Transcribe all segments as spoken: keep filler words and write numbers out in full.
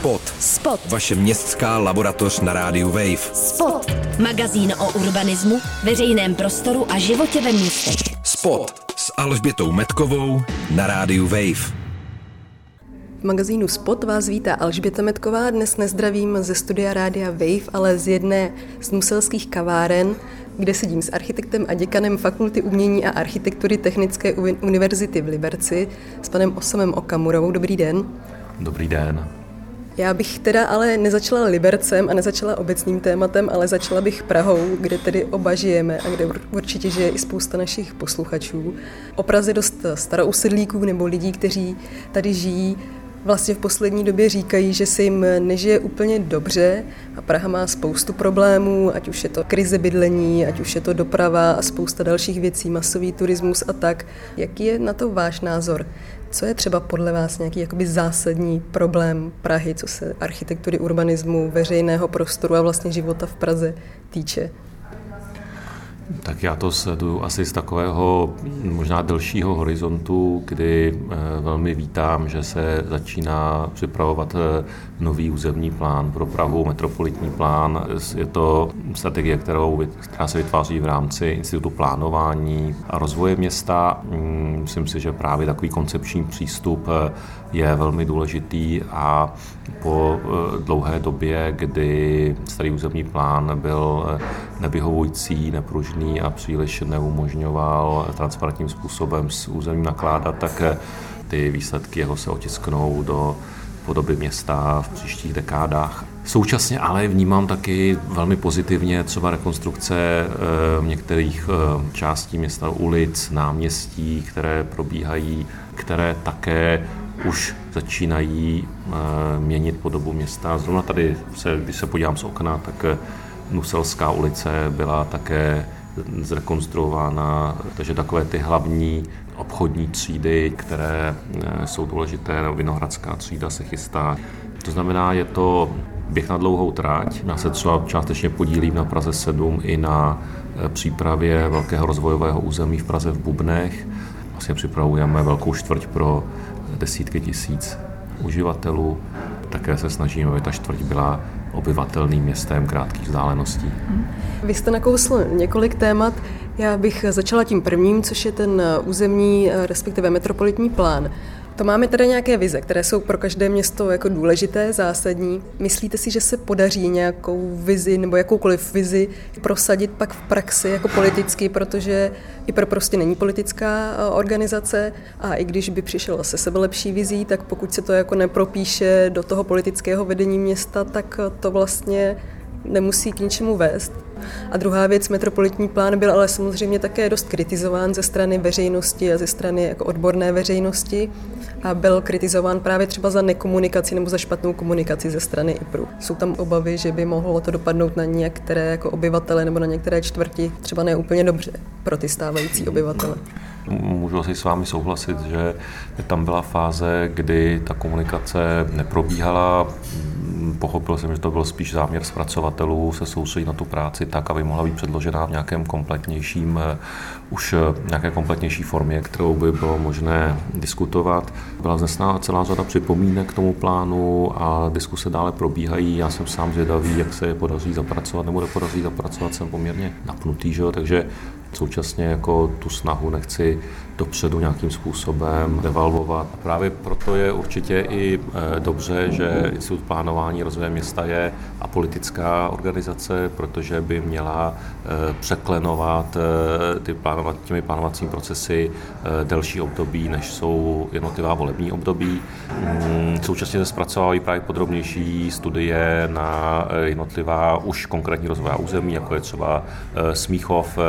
Spot. Spot. Vaše městská laboratoř na rádiu Wave. Spot. Magazín o urbanismu, veřejném prostoru a životě ve městech. Spot s Alžbětou Metkovou na rádiu Wave. V magazínu Spot vás vítá Alžběta Metková. Dnes nezdravím ze studia rádia Wave, ale z jedné z nuselských kaváren, kde sedím s architektem a děkanem Fakulty umění a architektury Technické univerzity v Liberci, s panem Osamem Okamurovou. Dobrý den. Dobrý den. Já bych teda ale nezačala Libercem a nezačala obecným tématem, ale začala bych Prahou, kde tedy oba žijeme a kde určitě žije i spousta našich posluchačů. O Praze dost starousedlíků nebo lidí, kteří tady žijí, vlastně v poslední době říkají, že se jim nežije úplně dobře a Praha má spoustu problémů, ať už je to krize bydlení, ať už je to doprava a spousta dalších věcí, masový turismus a tak. Jaký je na to váš názor? Co je třeba podle vás nějaký jakoby zásadní problém Prahy, co se architektury, urbanismu, veřejného prostoru a vlastně života v Praze týče? Tak já to sleduju asi z takového možná delšího horizontu, kdy velmi vítám, že se začíná připravovat nový územní plán pro Prahu, metropolitní plán. Je to strategie, kterou, která se vytváří v rámci Institutu plánování a rozvoje města. Myslím si, že právě takový koncepční přístup je velmi důležitý a po dlouhé době, kdy starý územní plán byl nevyhovující, nepružný a příliš neumožňoval transparentním způsobem s územím nakládat, tak ty výsledky jeho se otisknou do podoby města v příštích dekádách. Současně ale vnímám taky velmi pozitivně třeba rekonstrukce některých částí města, ulic, náměstí, které probíhají, které také už začínají měnit podobu města. Zrovna tady, se, když se podívám z okna, tak Nuselská ulice byla také zrekonstruována, takže takové ty hlavní obchodní třídy, které jsou důležité, nebo Vinohradská třída se chystá. To znamená, je to běh na dlouhou trať. Já se třeba částečně podílím na Praze sedm i na přípravě velkého rozvojového území v Praze v Bubnech. Vlastně připravujeme velkou čtvrť pro desítky tisíc uživatelů. Také se snažíme, aby ta čtvrť byla obyvatelným městem krátkých vzdáleností. Vy jste nakousl několik témat. Já bych začala tím prvním, což je ten územní, respektive metropolitní plán. To máme tady nějaké vize, které jsou pro každé město jako důležité, zásadní. Myslíte si, že se podaří nějakou vizi nebo jakoukoliv vizi prosadit pak v praxi jako politicky, protože I P R prostě není politická organizace a i když by přišel se sebelepší vizí, tak pokud se to jako nepropíše do toho politického vedení města, tak to vlastně nemusí k ničemu vést. A druhá věc, metropolitní plán byl ale samozřejmě také dost kritizován ze strany veřejnosti a ze strany jako odborné veřejnosti a byl kritizován právě třeba za nekomunikaci nebo za špatnou komunikaci ze strany I P R. Jsou tam obavy, že by mohlo to dopadnout na některé jako obyvatele nebo na některé čtvrti, třeba ne úplně dobře pro ty stávající obyvatele. Můžu asi s vámi souhlasit, že tam byla fáze, kdy ta komunikace neprobíhala. Pochopil jsem, že to byl spíš záměr zpracovatelů se soustředit na tu práci tak, aby mohla být předložena v nějakém kompletnějším, už nějaké kompletnější formě, kterou by bylo možné diskutovat. Byla vznesena celá řada připomínek k tomu plánu a diskuse dále probíhají. Já jsem sám zvědavý, jak se je podaří zapracovat nebo nepodaří zapracovat, jsem poměrně napnutý, že jo? Takže současně jako tu snahu nechci dopředu nějakým způsobem devalvovat. Právě proto je určitě i dobře, že Institut plánování rozvoje města je apolitická organizace, protože by měla překlenovat ty plánovat, těmi plánovacími procesy delší období, než jsou jednotlivá volební období. Současně se zpracovávají právě podrobnější studie na jednotlivá už konkrétní rozvojová území, jako je třeba Smíchov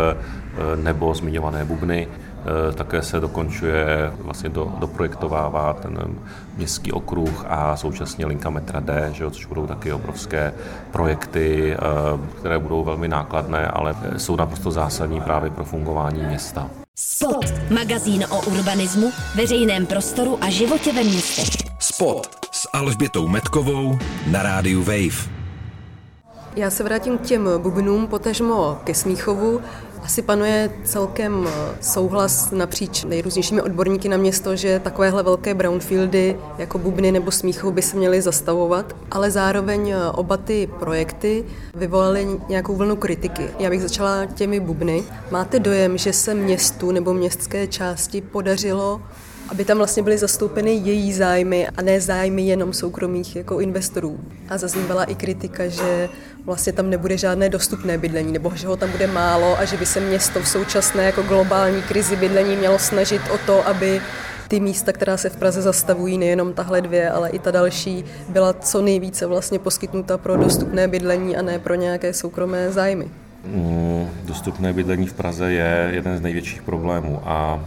nebo zmiňované Bubny. Také se dokončuje, vlastně do, doprojektovává ten městský okruh a současně linka metra D, že jo, což budou taky obrovské projekty, které budou velmi nákladné, ale jsou naprosto zásadní právě pro fungování města. Spot. Magazín o urbanismu, veřejném prostoru a životě ve městech. Spot s Alžbětou Metkovou na rádiu Wave. Já se vrátím k těm bubnům, potažmo ke Smíchovu. Asi panuje celkem souhlas napříč nejrůznějšími odborníky na město, že takovéhle velké brownfieldy jako Bubny nebo Smíchov by se měly zastavovat, ale zároveň oba ty projekty vyvolaly nějakou vlnu kritiky. Já bych začala těmi Bubny. Máte dojem, že se městu nebo městské části podařilo, aby tam vlastně byly zastoupeny její zájmy a ne zájmy jenom soukromých jako investorů? A zaznívala i kritika, že vlastně tam nebude žádné dostupné bydlení, nebo že ho tam bude málo a že by se město v současné jako globální krizi bydlení mělo snažit o to, aby ty místa, která se v Praze zastavují, nejenom tahle dvě, ale i ta další, byla co nejvíce vlastně poskytnuta pro dostupné bydlení a ne pro nějaké soukromé zájmy. Dostupné bydlení v Praze je jeden z největších problémů a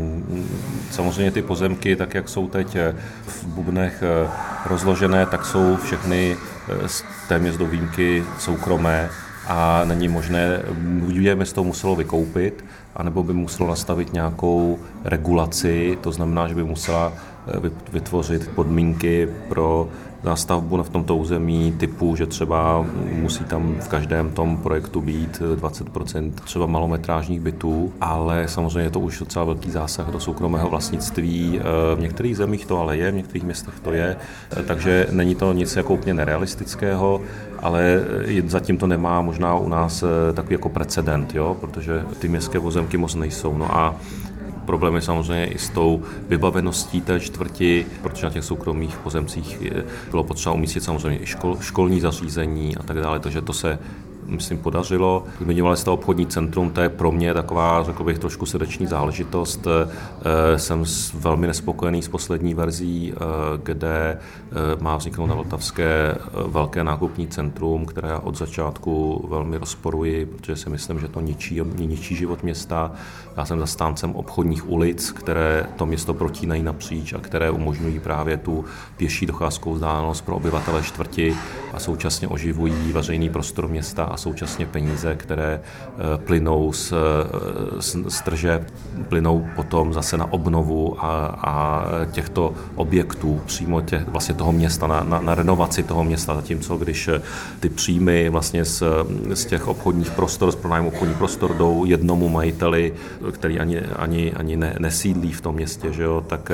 samozřejmě ty pozemky, tak jak jsou teď v Bubnech rozložené, tak jsou všechny téměř do výjimky soukromé a není možné, buď je město muselo vykoupit, anebo by muselo nastavit nějakou regulaci, to znamená, že by musela vytvořit podmínky pro nástavbu v tomto území typu, že třeba musí tam v každém tom projektu být dvacet procent třeba malometrážních bytů, ale samozřejmě je to už docela velký zásah do soukromého vlastnictví. V některých zemích to ale je, v některých městech to je, takže není to nic jako úplně nerealistického, ale zatím to nemá možná u nás takový jako precedent, jo? Protože ty městské pozemky moc nejsou. No a problém je samozřejmě i s tou vybaveností té čtvrti, protože na těch soukromých pozemcích bylo potřeba umístit samozřejmě i škol, školní zařízení a tak dále, takže to se myslím podařilo. Zmiňovali jste obchodní centrum, to je pro mě taková, řekl bych, trošku srdeční záležitost. Jsem velmi nespokojený s poslední verzí, kde má vzniknout na Vltavské velké nákupní centrum, které od začátku velmi rozporuji, protože si myslím, že to ničí, ničí život města. Já jsem zastáncem obchodních ulic, které to město protínají napříč a které umožňují právě tu pěší docházkovou vzdálenost pro obyvatele čtvrti a současně oživují veřejný prostor města a současně peníze, které plynou z, z, z tržeb, plynou potom zase na obnovu a, a těchto objektů přímo těch, vlastně toho města, na, na, na renovaci toho města, zatímco když ty příjmy vlastně z, z těch obchodních prostor, z pronájmu obchodních prostor jdou jednomu majiteli, který ani, ani, ani ne, nesídlí v tom městě, že jo, tak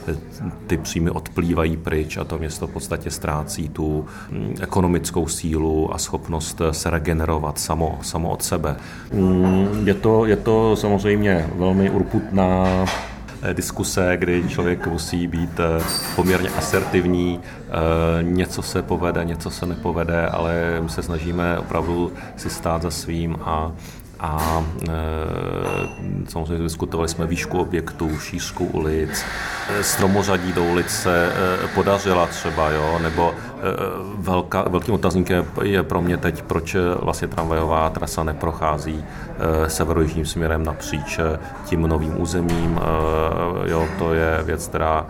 ty příjmy odplývají pryč a to město v podstatě ztrácí tu ekonomickou sílu a schopnost se regenerovat samo, samo od sebe. Je to, je to samozřejmě velmi urputná diskuse, kdy člověk musí být poměrně asertivní, něco se povede, něco se nepovede, ale my se snažíme opravdu si stát za svým a A e, samozřejmě diskutovali jsme výšku objektů, šířku ulic, stromořadí do ulic se e, podařila třeba, jo, nebo e, velká, velkým otazníkem je pro mě teď, proč vlastně tramvajová trasa neprochází e, severojižním směrem napříč tím novým územím, e, jo, to je věc, která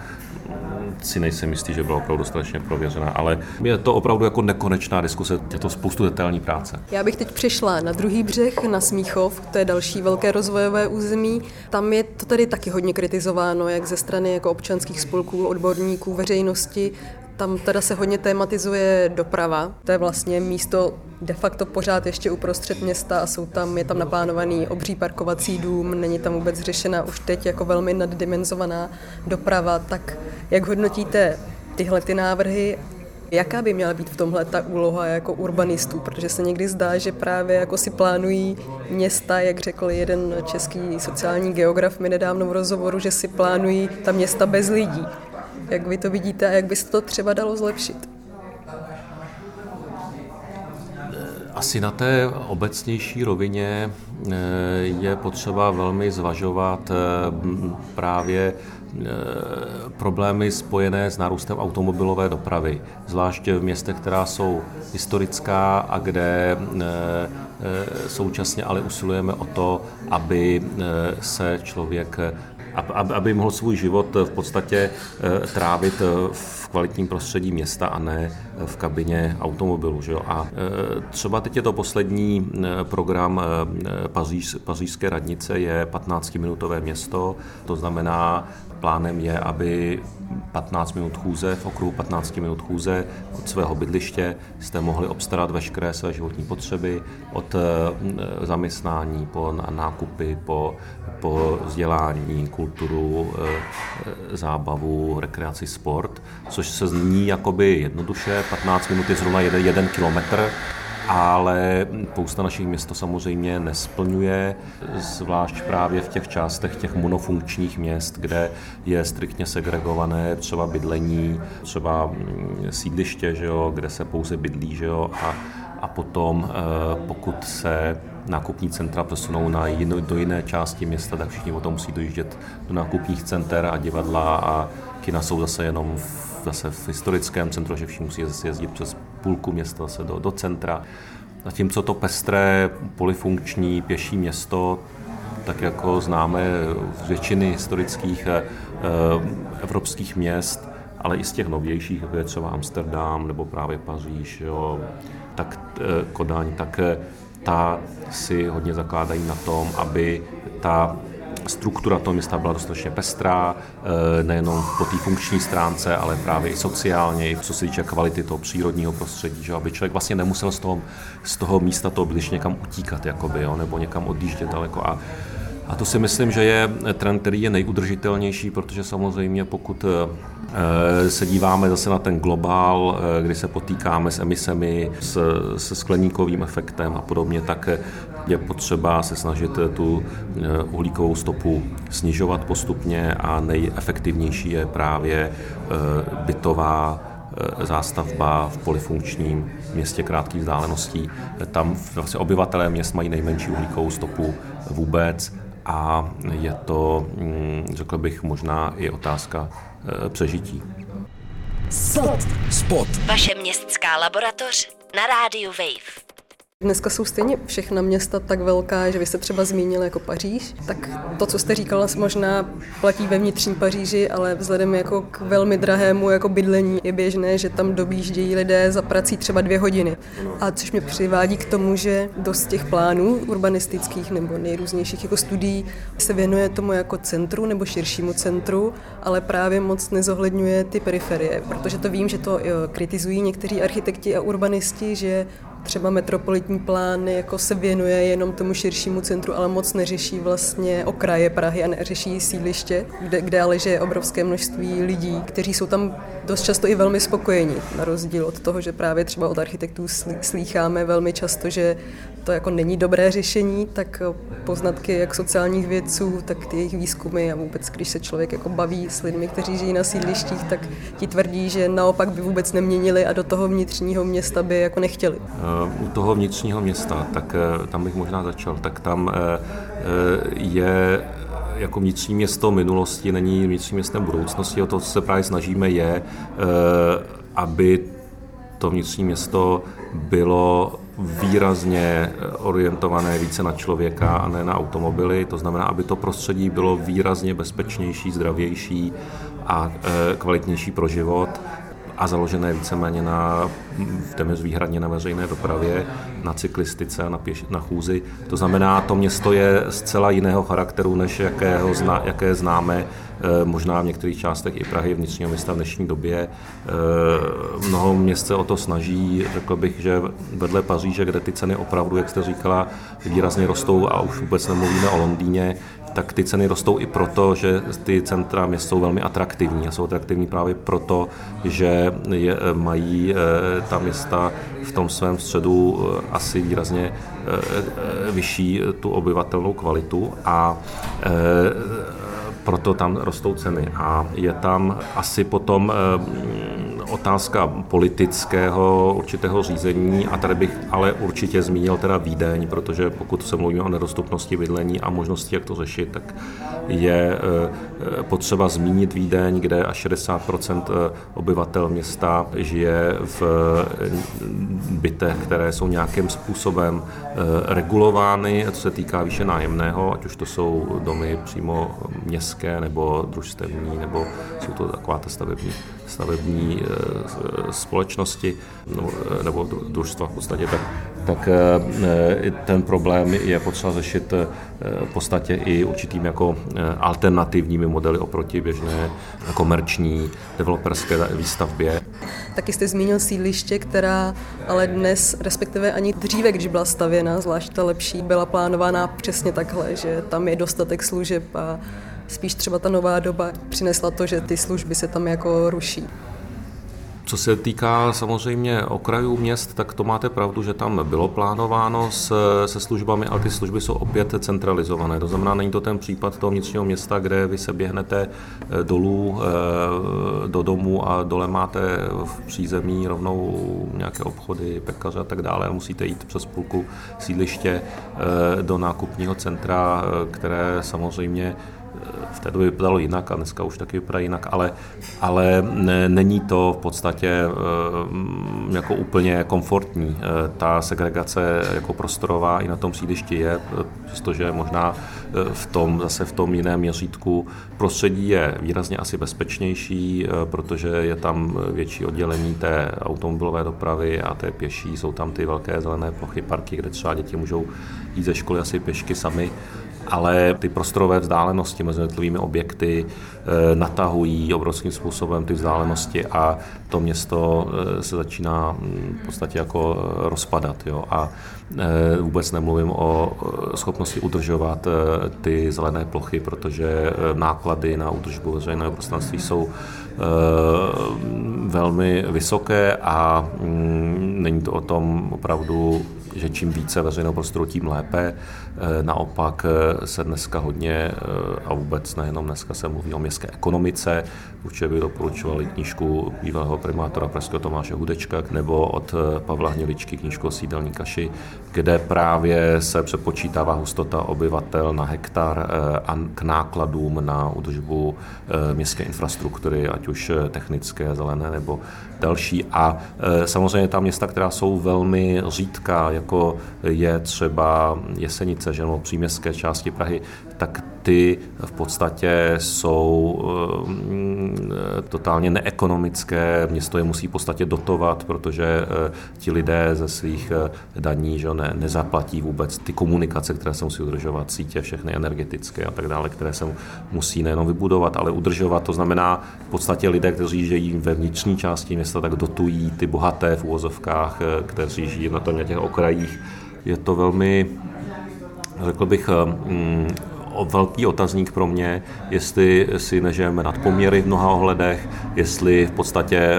si nejsem jistý, že byla opravdu dostatečně prověřená, ale je to opravdu jako nekonečná diskuse, je to spoustu detailní práce. Já bych teď přišla na druhý břeh, na Smíchov, to je další velké rozvojové území. Tam je to tady taky hodně kritizováno, jak ze strany jako občanských spolků, odborníků, veřejnosti. Tam teda se hodně tématizuje doprava. To je vlastně místo de facto pořád ještě uprostřed města a jsou tam, je tam naplánovaný obří parkovací dům, není tam vůbec řešena už teď jako velmi naddimenzovaná doprava. Tak jak hodnotíte tyhle ty návrhy? Jaká by měla být v tomhle ta úloha jako urbanistů? Protože se někdy zdá, že právě jako si plánují města, jak řekl jeden český sociální geograf mi nedávno v rozhovoru, že si plánují ta města bez lidí. Jak vy to vidíte a jak by se to třeba dalo zlepšit? Asi na té obecnější rovině je potřeba velmi zvažovat právě problémy spojené s nárůstem automobilové dopravy, zvlášť v městech, která jsou historická a kde současně ale usilujeme o to, aby se člověk aby mohl svůj život v podstatě trávit v kvalitním prostředí města a ne v kabině automobilu. Že jo? A třeba teď je to poslední program Paříž, Pařížské radnice, je patnáctiminutové město, to znamená, plánem je, aby patnáct minut chůze, v okruhu patnáct minut chůze od svého bydliště jste mohli obstarat veškeré své životní potřeby, od zaměstnání po nákupy, po, po vzdělání, kulturu, zábavu, rekreaci, sport, což se zní jakoby jednoduše, patnáct minut je zrovna jeden, jeden kilometr, ale spousta našich měst to samozřejmě nesplňuje, zvlášť právě v těch částech těch monofunkčních měst, kde je striktně segregované třeba bydlení, třeba sídliště, že jo, kde se pouze bydlí, že jo, a, a potom pokud se nákupní centra přesunou na jinou, do jiné části města, tak všichni o tom musí dojíždět do nákupních center a divadla a kina jsou zase jenom v, zase v historickém centru, že všichni musí zase jezdit přes půlku města zase do, do centra. Zatímco to pestré, polifunkční pěší město, tak jako známe z většiny historických eh, evropských měst, ale i z těch novějších, jako je třeba Amsterdam nebo právě Paříž, jo, tak eh, Kodaň, tak eh, ta si hodně zakládají na tom, aby ta struktura toho města byla dostatečně pestrá, nejenom po té funkční stránce, ale právě i sociálně, i co se týče kvality toho přírodního prostředí, že aby člověk vlastně nemusel z toho, z toho místa toho bydliště někam utíkat, jakoby, jo, nebo někam odjíždět daleko. A, a to si myslím, že je trend, který je nejudržitelnější, protože samozřejmě pokud se díváme zase na ten globál, kdy se potýkáme s emisemi, s, se skleníkovým efektem a podobně, tak je potřeba se snažit tu uhlíkovou stopu snižovat postupně a nejefektivnější je právě bytová zástavba v polifunkčním městě krátkých vzdáleností. Tam vlastně obyvatelé měst mají nejmenší uhlíkovou stopu vůbec a je to, řekl bych, možná i otázka přežití. Spot. Spot. Vaše městská laboratoř na rádiu Wave. Dneska jsou stejně všechna města tak velká, že vy jste třeba zmínil jako Paříž, tak to, co jste říkala, možná platí ve vnitřní Paříži, ale vzhledem jako k velmi drahému jako bydlení je běžné, že tam dobíždějí lidé za prací třeba dvě hodiny. A což mě přivádí k tomu, že dost těch plánů urbanistických nebo nejrůznějších jako studií se věnuje tomu jako centru nebo širšímu centru, ale právě moc nezohledňuje ty periferie, protože to vím, že to kritizují někteří architekti a urbanisti, že třeba metropolitní plán jako se věnuje jenom tomu širšímu centru, ale moc neřeší vlastně okraje Prahy a neřeší sídliště, kde, kde ale je obrovské množství lidí, kteří jsou tam dost často i velmi spokojení, na rozdíl od toho, že právě třeba od architektů slýcháme velmi často, že to jako není dobré řešení, tak poznatky jak sociálních vědců, tak ty jejich výzkumy a vůbec, když se člověk jako baví s lidmi, kteří žijí na sídlištích, tak ti tvrdí, že naopak by vůbec neměnili a do toho vnitřního města by jako nechtěli. U toho vnitřního města, tak tam bych možná začal, tak tam je jako vnitřní město minulosti, není vnitřním městem budoucnosti, o to, co se právě snažíme, je, aby to vnitřní město bylo výrazně orientované více na člověka a ne na automobily. To znamená, aby to prostředí bylo výrazně bezpečnější, zdravější a kvalitnější pro život a založené víceméně na téměř výhradně na veřejné dopravě, na cyklistice a na, pěš, na chůzi. To znamená, to město je zcela jiného charakteru, než jakého zna, jaké známe možná v některých částech i Prahy, vnitřního města v dnešní době. Mnoho měst se o to snaží, řekl bych, že vedle Paříže, kde ty ceny opravdu, jak jste říkala, výrazně rostou a už vůbec nemluvíme o Londýně, tak ty ceny rostou i proto, že ty centra měst jsou velmi atraktivní a jsou atraktivní právě proto, že je, mají ta města v tom svém středu asi výrazně vyšší tu obyvatelnou kvalitu a proto tam rostou ceny. A je tam asi potom otázka politického určitého řízení a tady bych ale určitě zmínil teda Vídeň, protože pokud se mluvíme o nedostupnosti bydlení a možnosti, jak to řešit, tak je potřeba zmínit Vídeň, kde až šedesát procent obyvatel města žije v bytech, které jsou nějakým způsobem regulovány, co se týká výše nájemného, ať už to jsou domy přímo městské nebo družstevní, nebo jsou to taková ta stavební stavební společnosti nebo družstva v podstatě, tak, tak ten problém je potřeba řešit v podstatě i určitým jako alternativními modely oproti běžné komerční developerské výstavbě. Taky jste zmínil sídliště, která ale dnes, respektive ani dříve, když byla stavěna, zvlášť ta lepší, byla plánovaná přesně takhle, že tam je dostatek služeb a spíš třeba ta nová doba přinesla to, že ty služby se tam jako ruší. Co se týká samozřejmě okrajů měst, tak to máte pravdu, že tam bylo plánováno se, se službami, ale ty služby jsou opět centralizované. To znamená, není to ten případ toho vnitřního města, kde vy se běhnete dolů do domu a dole máte v přízemí rovnou nějaké obchody, pekaře a tak dále. Musíte jít přes půlku sídliště do nákupního centra, které samozřejmě v té době vypadalo jinak a dneska už taky vypadá jinak, ale, ale není to v podstatě jako úplně komfortní. Ta segregace jako prostorová i na tom sídlišti je, přestože možná v tom, zase v tom jiném měřítku prostředí je výrazně asi bezpečnější, protože je tam větší oddělení té automobilové dopravy a té pěší, jsou tam ty velké zelené plochy, parky, kde třeba děti můžou jít ze školy asi pěšky sami. Ale ty prostorové vzdálenosti mezi jednotlivými objekty e, natahují obrovským způsobem ty vzdálenosti a to město e, se začíná v podstatě jako rozpadat. Jo? A e, vůbec nemluvím o schopnosti udržovat e, ty zelené plochy, protože e, náklady na údržbu veřejného prostranství jsou e, velmi vysoké a mm, není to o tom opravdu, že čím více veřejného prostoru, tím lépe. Naopak se dneska hodně, a vůbec nejenom dneska, se mluví o městské ekonomice. Určitě bych doporučoval knížku bývalého primátora pražského Tomáše Hudečka nebo od Pavla Hniličky knížku o sídelní kaši, kde právě se přepočítává hustota obyvatel na hektar a k nákladům na údržbu městské infrastruktury, ať už technické, zelené nebo další. A samozřejmě ta města, která jsou velmi řídká, jako je třeba Jesenice, že no, příměstské části Prahy, tak ty v podstatě jsou e, totálně neekonomické. Město je musí v podstatě dotovat, protože e, ti lidé ze svých e, daní že ne, nezaplatí vůbec ty komunikace, které se musí udržovat, sítě všechny energetické a tak dále, které se musí nejenom vybudovat, ale udržovat. To znamená v podstatě lidé, kteří žijí ve vnitřní části města, tak dotují ty bohaté v uvozovkách, e, kteří žijí na tom na těch okrajích. Je to velmi, řekl bych, mm, velký otazník pro mě, jestli si nežijeme nad poměry v mnoha ohledech, jestli v podstatě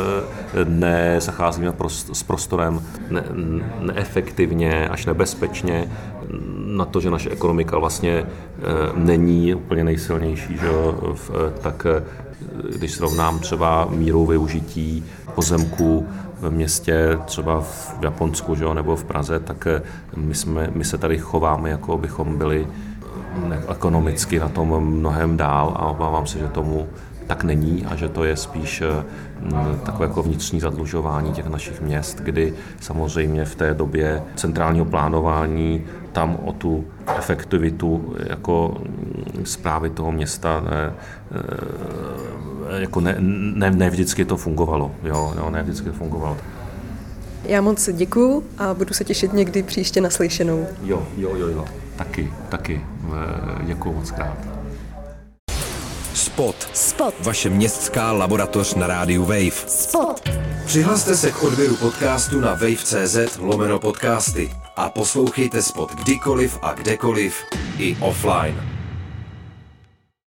nezacházíme s prostorem ne, neefektivně až nebezpečně na to, že naše ekonomika vlastně není úplně nejsilnější. Že? Tak když srovnám třeba míru využití pozemků v městě, třeba v Japonsku, že? Nebo v Praze, tak my, jsme, my se tady chováme, jako bychom byli ekonomicky na tom mnohem dál a obávám se, že tomu tak není a že to je spíš takové jako vnitřní zadlužování těch našich měst, kdy samozřejmě v té době centrálního plánování tam o tu efektivitu jako správy toho města ne, jako ne, ne, ne vždycky to fungovalo. Jo, jo, ne vždycky to fungovalo. Já moc děkuju a budu se těšit někdy příště naslyšenou. Jo, jo, jo, jo. Taky, taky. Děkuju moc krát. Spot. Spot. Vaše městská laboratoř na rádiu Wave. Spot. Přihlaste se k odběru podcastu na wave.cz lomeno podcasty a poslouchejte Spot kdykoliv a kdekoliv i offline.